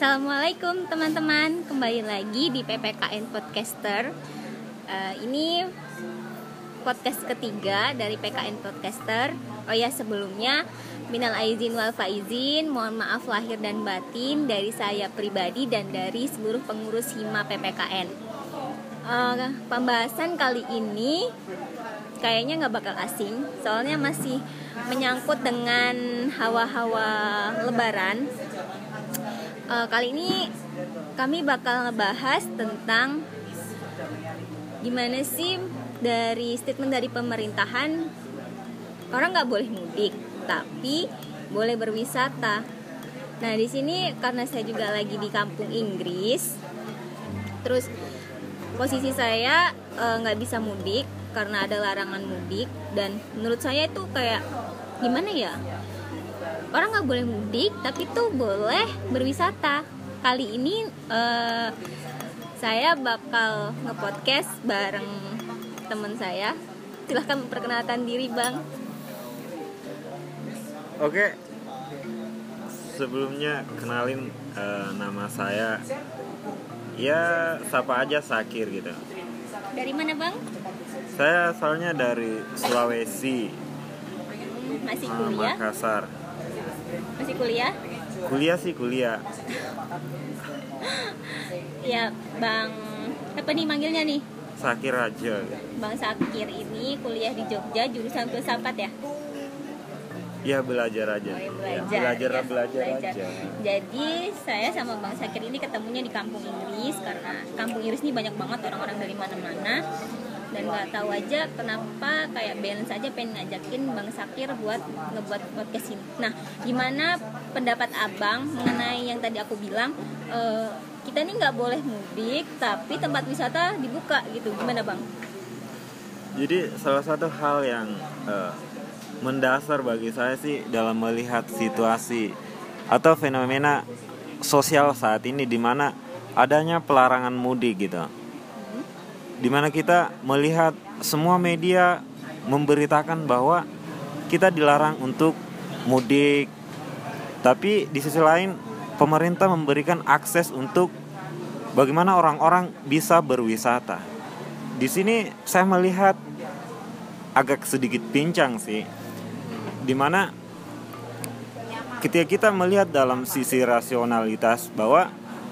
Assalamualaikum teman-teman, kembali lagi di PPKN Podcaster. Ini podcast ketiga dari PKN Podcaster. Oh ya, sebelumnya minal aizin wal faizin, mohon maaf lahir dan batin dari saya pribadi dan dari seluruh pengurus Hima PPKN. Pembahasan kali ini kayaknya nggak bakal asing, soalnya masih menyangkut dengan hawa-hawa lebaran. Kali ini kami bakal ngebahas tentang gimana sih dari statement dari pemerintahan orang nggak boleh mudik tapi boleh berwisata. Nah di sini karena saya juga lagi di kampung Inggris, terus posisi saya nggak bisa mudik karena ada larangan mudik, dan menurut saya itu kayak gimana ya, orang nggak boleh mudik tapi tuh boleh berwisata. Kali ini saya bakal nge-podcast bareng teman saya. Silahkan memperkenalkan diri, Bang. Oke, sebelumnya kenalin nama saya. Ya, sapa aja Sakir gitu. Dari mana, Bang? Saya asalnya dari Sulawesi. Masih kuliah? Makassar. Masih kuliah? Kuliah. Ya, Bang. Apa nih manggilnya nih? Sakir aja. Bang Sakir ini kuliah di Jogja, jurusan filsafat ya? Ya, belajar aja. Belajar aja. Jadi saya sama Bang Sakir ini ketemunya di kampung Inggris, karena kampung Inggris ini banyak banget orang-orang dari mana-mana. Dan nggak tahu aja kenapa kayak balance aja pengen ngajakin Bang Sakir buat ngebuat podcast ini. Nah, gimana pendapat Abang mengenai yang tadi aku bilang, kita nih nggak boleh mudik tapi tempat wisata dibuka gitu, gimana Bang? Jadi salah satu hal yang mendasar bagi saya sih dalam melihat situasi atau fenomena sosial saat ini, di mana adanya pelarangan mudik gitu. Dimana kita melihat semua media memberitakan bahwa kita dilarang untuk mudik, tapi di sisi lain pemerintah memberikan akses untuk bagaimana orang-orang bisa berwisata. Di sini saya melihat agak sedikit pincang sih, dimana ketika kita melihat dalam sisi rasionalitas bahwa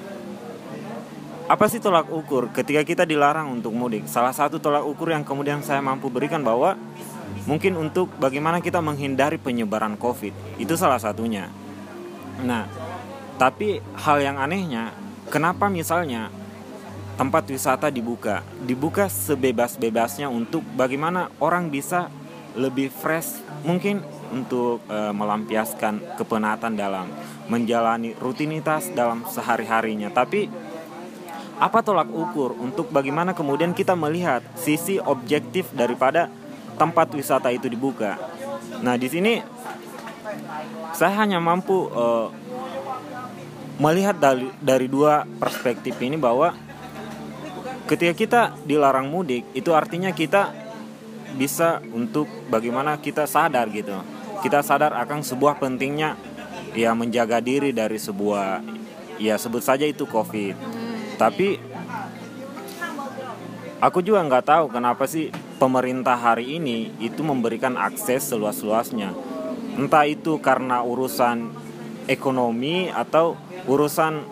apa sih tolak ukur ketika kita dilarang untuk mudik? Salah satu tolak ukur yang kemudian saya mampu berikan bahwa mungkin untuk bagaimana kita menghindari penyebaran COVID, itu salah satunya. Nah, tapi hal yang anehnya, kenapa misalnya tempat wisata dibuka sebebas-bebasnya untuk bagaimana orang bisa lebih fresh mungkin untuk melampiaskan kepenatan dalam menjalani rutinitas dalam sehari-harinya. Tapi apa tolak ukur untuk bagaimana kemudian kita melihat sisi objektif daripada tempat wisata itu dibuka? Nah, di sini saya hanya mampu melihat dari dua perspektif ini, bahwa ketika kita dilarang mudik itu artinya kita bisa untuk bagaimana kita sadar gitu. Kita sadar akan sebuah pentingnya ya menjaga diri dari sebuah, ya sebut saja itu COVID. Tapi aku juga nggak tahu kenapa sih pemerintah hari ini itu memberikan akses seluas-luasnya. Entah itu karena urusan ekonomi atau urusan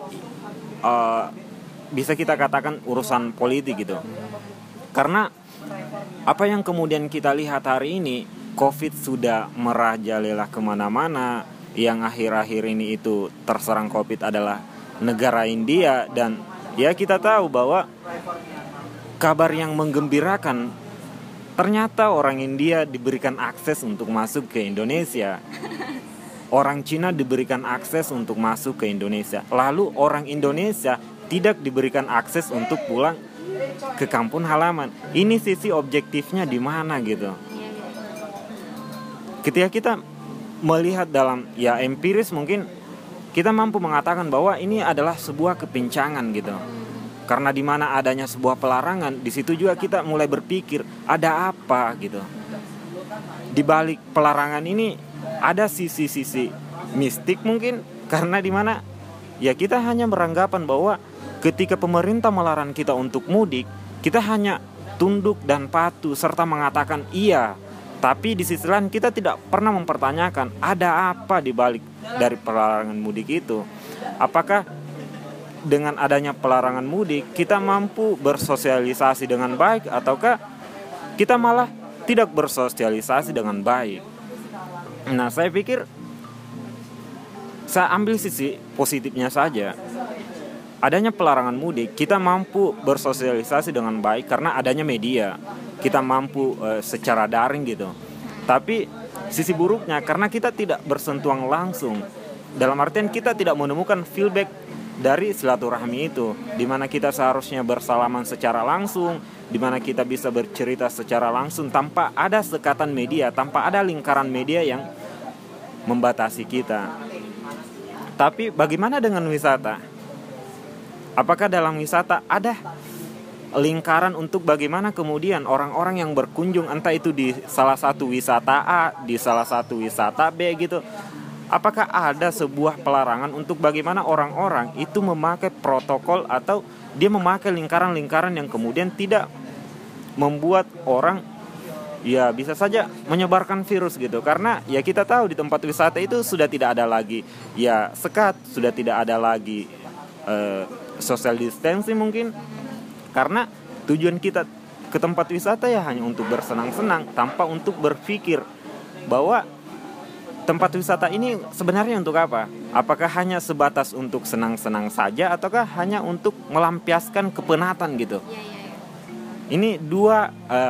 bisa kita katakan urusan politik gitu. Karena apa yang kemudian kita lihat hari ini, COVID sudah merajalela kemana-mana. Yang akhir-akhir ini itu terserang COVID adalah negara India, dan ya kita tahu bahwa kabar yang menggembirakan, ternyata orang India diberikan akses untuk masuk ke Indonesia. Orang Cina diberikan akses untuk masuk ke Indonesia. Lalu orang Indonesia tidak diberikan akses untuk pulang ke kampung halaman. Ini sisi objektifnya di mana gitu. Ketika kita melihat dalam ya empiris, mungkin kita mampu mengatakan bahwa ini adalah sebuah kepincangan gitu. Karena di mana adanya sebuah pelarangan, di situ juga kita mulai berpikir ada apa gitu. Di balik pelarangan ini ada sisi-sisi mistik mungkin, karena di mana ya kita hanya beranggapan bahwa ketika pemerintah melarang kita untuk mudik, kita hanya tunduk dan patuh serta mengatakan iya. Tapi di sisi lain kita tidak pernah mempertanyakan ada apa di balik dari pelarangan mudik itu. Apakah dengan adanya pelarangan mudik kita mampu bersosialisasi dengan baik, ataukah kita malah tidak bersosialisasi dengan baik? Nah, saya pikir saya ambil sisi positifnya saja. Adanya pelarangan mudik, kita mampu bersosialisasi dengan baik karena adanya media. Kita mampu secara daring gitu. Tapi sisi buruknya karena kita tidak bersentuhan langsung. Dalam artian kita tidak menemukan feedback dari silaturahmi itu, di mana kita seharusnya bersalaman secara langsung, di mana kita bisa bercerita secara langsung tanpa ada sekatan media, tanpa ada lingkaran media yang membatasi kita. Tapi bagaimana dengan wisata? Apakah dalam wisata ada lingkaran untuk bagaimana kemudian orang-orang yang berkunjung, entah itu di salah satu wisata A, di salah satu wisata B gitu, apakah ada sebuah pelarangan untuk bagaimana orang-orang itu memakai protokol atau dia memakai lingkaran-lingkaran yang kemudian tidak membuat orang ya bisa saja menyebarkan virus gitu. Karena ya kita tahu di tempat wisata itu sudah tidak ada lagi ya sekat, sudah tidak ada lagi social distancing mungkin, karena tujuan kita ke tempat wisata ya hanya untuk bersenang-senang tanpa untuk berpikir bahwa tempat wisata ini sebenarnya untuk apa? Apakah hanya sebatas untuk senang-senang saja ataukah hanya untuk melampiaskan kepenatan gitu? Ini dua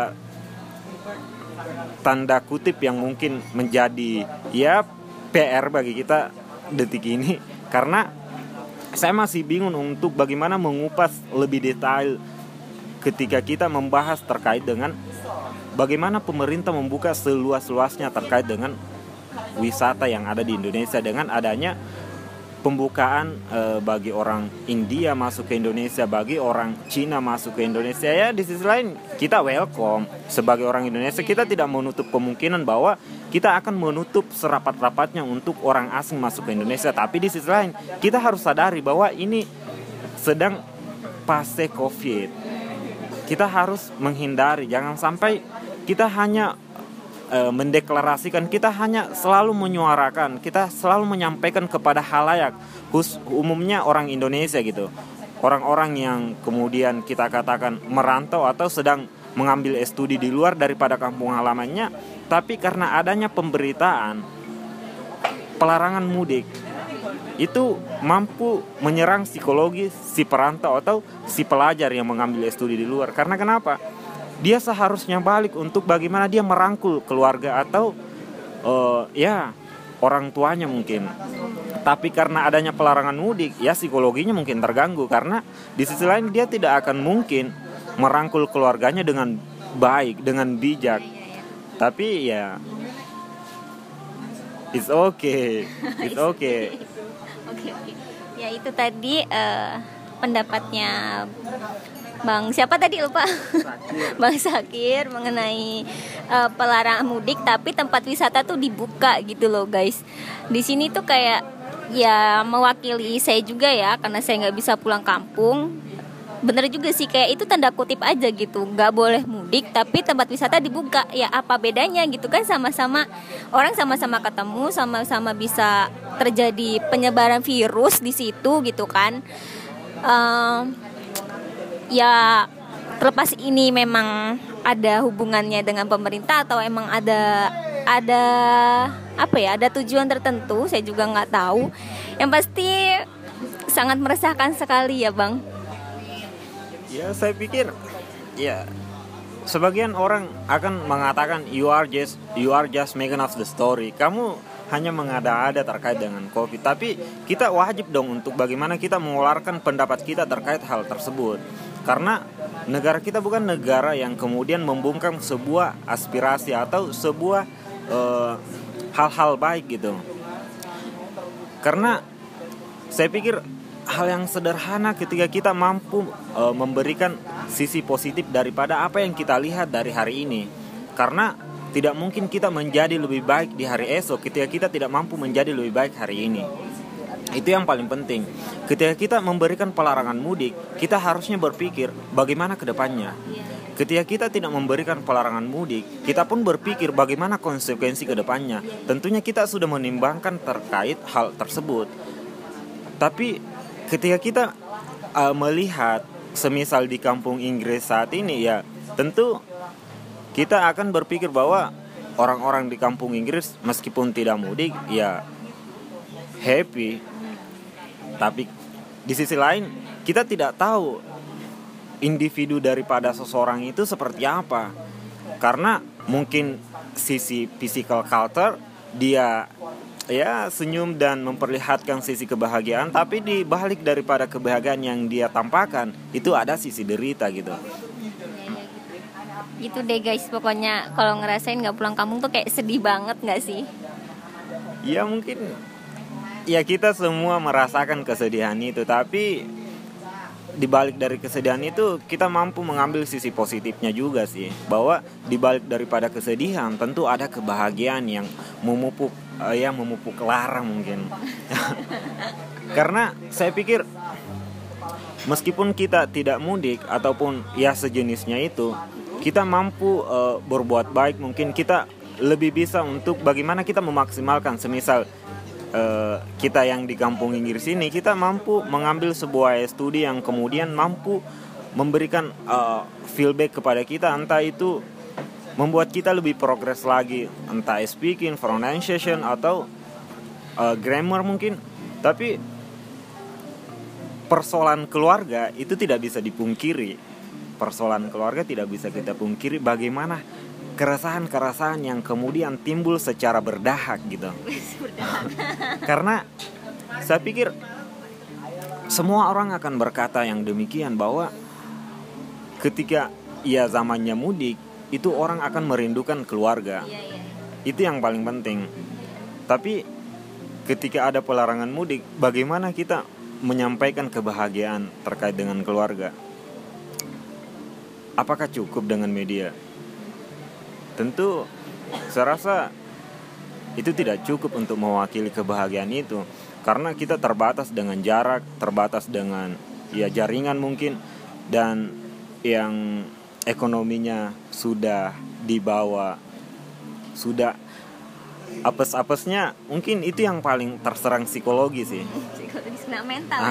tanda kutip yang mungkin menjadi ya PR bagi kita detik ini, karena saya masih bingung untuk bagaimana mengupas lebih detail ketika kita membahas terkait dengan bagaimana pemerintah membuka seluas-luasnya terkait dengan wisata yang ada di Indonesia dengan adanya pembukaan bagi orang India masuk ke Indonesia, bagi orang Cina masuk ke Indonesia. Ya di sisi lain kita welcome sebagai orang Indonesia, kita tidak menutup kemungkinan bahwa kita akan menutup serapat-rapatnya untuk orang asing masuk ke Indonesia. Tapi di sisi lain kita harus sadari bahwa ini sedang fase COVID. Kita harus menghindari, jangan sampai kita hanya mendeklarasikan, kita hanya selalu menyuarakan, kita selalu menyampaikan kepada halayak, umumnya orang Indonesia gitu, orang-orang yang kemudian kita katakan merantau atau sedang mengambil studi di luar daripada kampung halamannya, tapi karena adanya pemberitaan pelarangan mudik itu mampu menyerang psikologi si perantau atau si pelajar yang mengambil studi di luar. Karena kenapa? Dia seharusnya balik untuk bagaimana dia merangkul keluarga atau ya orang tuanya mungkin. Tapi karena adanya pelarangan mudik, ya psikologinya mungkin terganggu, karena di sisi lain dia tidak akan mungkin merangkul keluarganya dengan baik, dengan bijak. Tapi ya it's okay. Oke. Ya itu tadi pendapatnya Bang siapa tadi lupa? Bang Sakir mengenai pelarangan mudik tapi tempat wisata tuh dibuka gitu loh guys. Di sini tuh kayak ya mewakili saya juga ya, karena saya nggak bisa pulang kampung. Bener juga sih, kayak itu tanda kutip aja gitu, nggak boleh mudik tapi tempat wisata dibuka. Ya apa bedanya gitu kan, sama-sama orang sama-sama ketemu, sama-sama bisa terjadi penyebaran virus di situ gitu kan. Ya terlepas ini memang ada hubungannya dengan pemerintah atau emang ada apa ya, ada tujuan tertentu, saya juga nggak tahu. Yang pasti sangat meresahkan sekali ya Bang. Ya saya pikir ya sebagian orang akan mengatakan you are just making up the story. Kamu hanya mengada-ada terkait dengan COVID. Tapi kita wajib dong untuk bagaimana kita mengeluarkan pendapat kita terkait hal tersebut. Karena negara kita bukan negara yang kemudian membungkam sebuah aspirasi atau sebuah hal-hal baik gitu. Karena saya pikir hal yang sederhana ketika kita mampu memberikan sisi positif daripada apa yang kita lihat dari hari ini. Karena tidak mungkin kita menjadi lebih baik di hari esok ketika kita tidak mampu menjadi lebih baik hari ini. Itu yang paling penting. Ketika kita memberikan pelarangan mudik, kita harusnya berpikir bagaimana ke depannya. Ketika kita tidak memberikan pelarangan mudik, kita pun berpikir bagaimana konsekuensi ke depannya. Tentunya kita sudah menimbangkan terkait hal tersebut. Tapi ketika kita melihat semisal di kampung Inggris saat ini, ya tentu kita akan berpikir bahwa orang-orang di kampung Inggris meskipun tidak mudik ya happy. Tapi di sisi lain kita tidak tahu individu daripada seseorang itu seperti apa. Karena mungkin sisi physical culture dia ya senyum dan memperlihatkan sisi kebahagiaan, tapi di balik daripada kebahagiaan yang dia tampakkan itu ada sisi derita gitu. Gitu deh guys, pokoknya kalau ngerasain nggak pulang kampung tuh kayak sedih banget nggak sih? Ya mungkin ya kita semua merasakan kesedihan itu, tapi di balik dari kesedihan itu kita mampu mengambil sisi positifnya juga sih, bahwa di balik daripada kesedihan tentu ada kebahagiaan yang memupuk lara mungkin. Karena saya pikir meskipun kita tidak mudik ataupun ya sejenisnya itu, kita mampu berbuat baik. Mungkin kita lebih bisa untuk bagaimana kita memaksimalkan. Semisal kita yang di kampung Inggris ini, kita mampu mengambil sebuah studi yang kemudian mampu memberikan feedback kepada kita, entah itu membuat kita lebih progres lagi, entah speaking, pronunciation atau grammar mungkin. Tapi persoalan keluarga itu tidak bisa dipungkiri. Persoalan keluarga tidak bisa kita pungkiri, bagaimana keresahan-keresahan yang kemudian timbul secara berdahak gitu. Karena saya pikir semua orang akan berkata yang demikian, bahwa ketika ya zamannya mudik itu orang akan merindukan keluarga. Itu yang paling penting. Tapi ketika ada pelarangan mudik, bagaimana kita menyampaikan kebahagiaan terkait dengan keluarga? Apakah cukup dengan media? Tentu saya rasa itu tidak cukup untuk mewakili kebahagiaan itu, karena kita terbatas dengan jarak, terbatas dengan ya jaringan mungkin, dan yang ekonominya sudah di bawah, sudah apes-apesnya, mungkin itu yang paling terserang psikologi sih. Psikologis mental.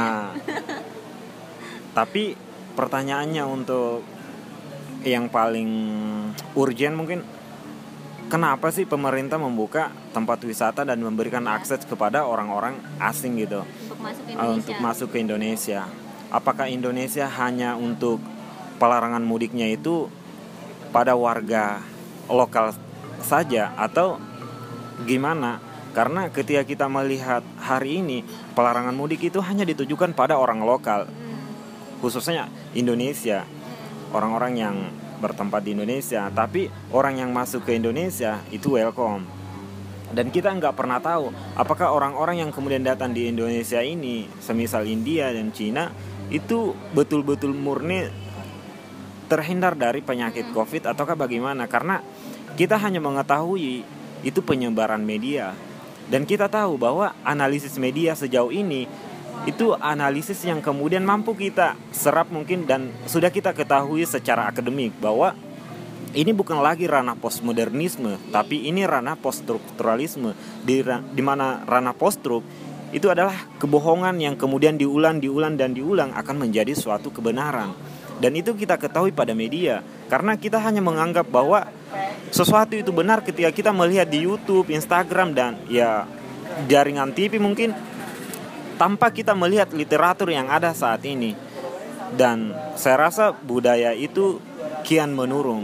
Tapi pertanyaannya untuk yang paling urgent mungkin, kenapa sih pemerintah membuka tempat wisata dan memberikan akses kepada orang-orang asing gitu untuk masuk ke Indonesia? Apakah Indonesia hanya untuk pelarangan mudiknya itu pada warga lokal saja atau gimana? Karena ketika kita melihat hari ini pelarangan mudik itu hanya ditujukan pada orang lokal, khususnya Indonesia, orang-orang yang bertempat di Indonesia. Tapi orang yang masuk ke Indonesia itu welcome. Dan kita nggak pernah tahu apakah orang-orang yang kemudian datang di Indonesia ini, semisal India dan Cina, itu betul-betul murni terhindar dari penyakit COVID ataukah bagaimana. Karena kita hanya mengetahui itu penyebaran media, dan kita tahu bahwa analisis media sejauh ini itu analisis yang kemudian mampu kita serap mungkin, dan sudah kita ketahui secara akademik bahwa ini bukan lagi ranah postmodernisme, tapi ini ranah poststrukturalisme, di mana ranah poststruk itu adalah kebohongan yang kemudian diulang akan menjadi suatu kebenaran. Dan itu kita ketahui pada media, karena kita hanya menganggap bahwa sesuatu itu benar ketika kita melihat di YouTube, Instagram, dan ya jaringan TV mungkin, tanpa kita melihat literatur yang ada saat ini. Dan saya rasa budaya itu kian menurun,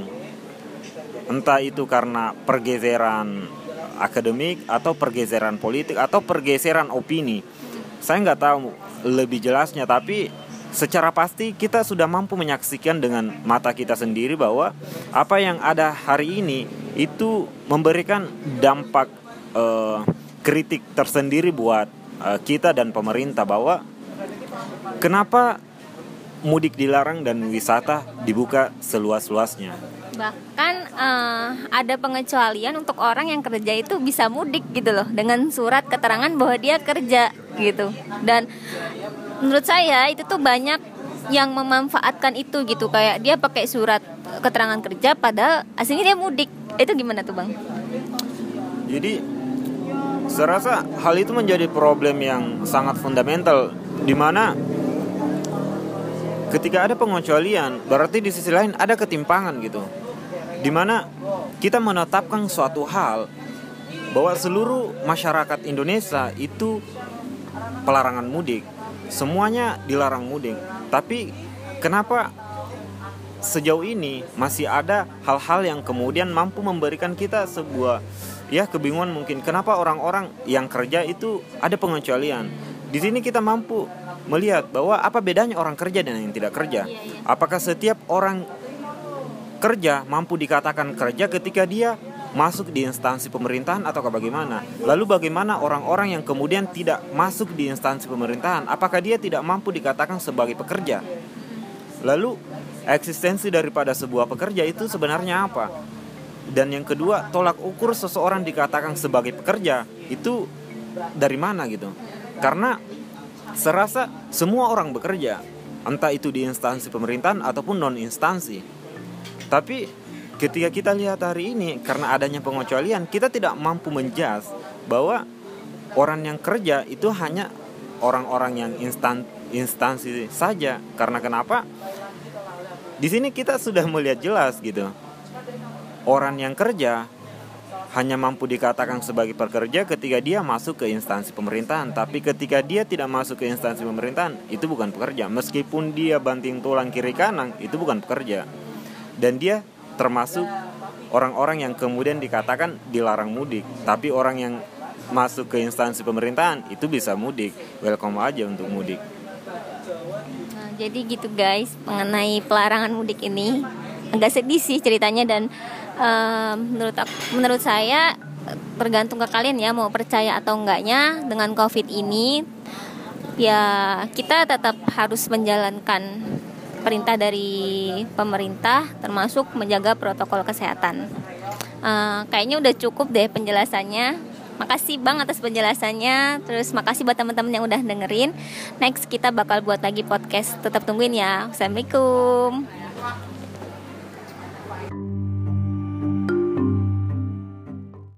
entah itu karena pergeseran akademik atau pergeseran politik atau pergeseran opini. Saya nggak tahu lebih jelasnya, tapi secara pasti kita sudah mampu menyaksikan dengan mata kita sendiri bahwa apa yang ada hari ini itu memberikan dampak kritik tersendiri buat kita dan pemerintah, bahwa kenapa mudik dilarang dan wisata dibuka seluas-luasnya. Bahkan ada pengecualian untuk orang yang kerja itu bisa mudik gitu loh, dengan surat keterangan bahwa dia kerja gitu. Dan menurut saya itu tuh banyak yang memanfaatkan itu gitu, kayak dia pakai surat keterangan kerja padahal aslinya dia mudik. Itu gimana tuh Bang? Jadi saya rasa hal itu menjadi problem yang sangat fundamental, di mana ketika ada pengecualian berarti di sisi lain ada ketimpangan gitu, di mana kita menetapkan suatu hal bahwa seluruh masyarakat Indonesia itu pelarangan mudik, semuanya dilarang mudik. Tapi kenapa sejauh ini masih ada hal-hal yang kemudian mampu memberikan kita sebuah kebingungan mungkin, kenapa orang-orang yang kerja itu ada pengecualian. Di sini kita mampu melihat bahwa apa bedanya orang kerja dan yang tidak kerja. Apakah setiap orang kerja mampu dikatakan kerja ketika dia masuk di instansi pemerintahan atau bagaimana? Lalu bagaimana orang-orang yang kemudian tidak masuk di instansi pemerintahan? Apakah dia tidak mampu dikatakan sebagai pekerja? Lalu eksistensi daripada sebuah pekerja itu sebenarnya apa? Dan yang kedua, tolak ukur seseorang dikatakan sebagai pekerja itu dari mana gitu? Karena serasa semua orang bekerja, entah itu di instansi pemerintahan ataupun non instansi. Tapi ketika kita lihat hari ini, karena adanya pengecualian, kita tidak mampu menjudge bahwa orang yang kerja itu hanya orang-orang yang instansi saja. Karena kenapa? Di sini kita sudah melihat jelas gitu. Orang yang kerja hanya mampu dikatakan sebagai pekerja ketika dia masuk ke instansi pemerintahan. Tapi ketika dia tidak masuk ke instansi pemerintahan, itu bukan pekerja. Meskipun dia banting tulang kiri kanan, itu bukan pekerja. Dan dia termasuk orang-orang yang kemudian dikatakan dilarang mudik. Tapi orang yang masuk ke instansi pemerintahan itu bisa mudik. Welcome aja untuk mudik. Nah, jadi gitu guys, mengenai pelarangan mudik ini agak sedih sih ceritanya. Dan menurut saya tergantung ke kalian ya, mau percaya atau enggaknya dengan COVID ini. Ya kita tetap harus menjalankan perintah dari pemerintah, termasuk menjaga protokol kesehatan. Kayaknya udah cukup deh penjelasannya. Makasih Bang atas penjelasannya. Terus makasih buat teman-teman yang udah dengerin. Next kita bakal buat lagi podcast. Tetap tungguin ya. Assalamualaikum.